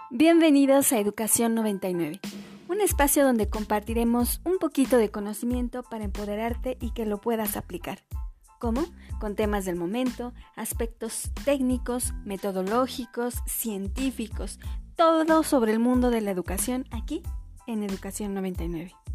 Bienvenidos a Educación 99, un espacio donde compartiremos un poquito de conocimiento para empoderarte y que lo puedas aplicar. ¿Cómo? Con temas del momento, aspectos técnicos, metodológicos, científicos, todo sobre el mundo de la educación aquí en Educación 99.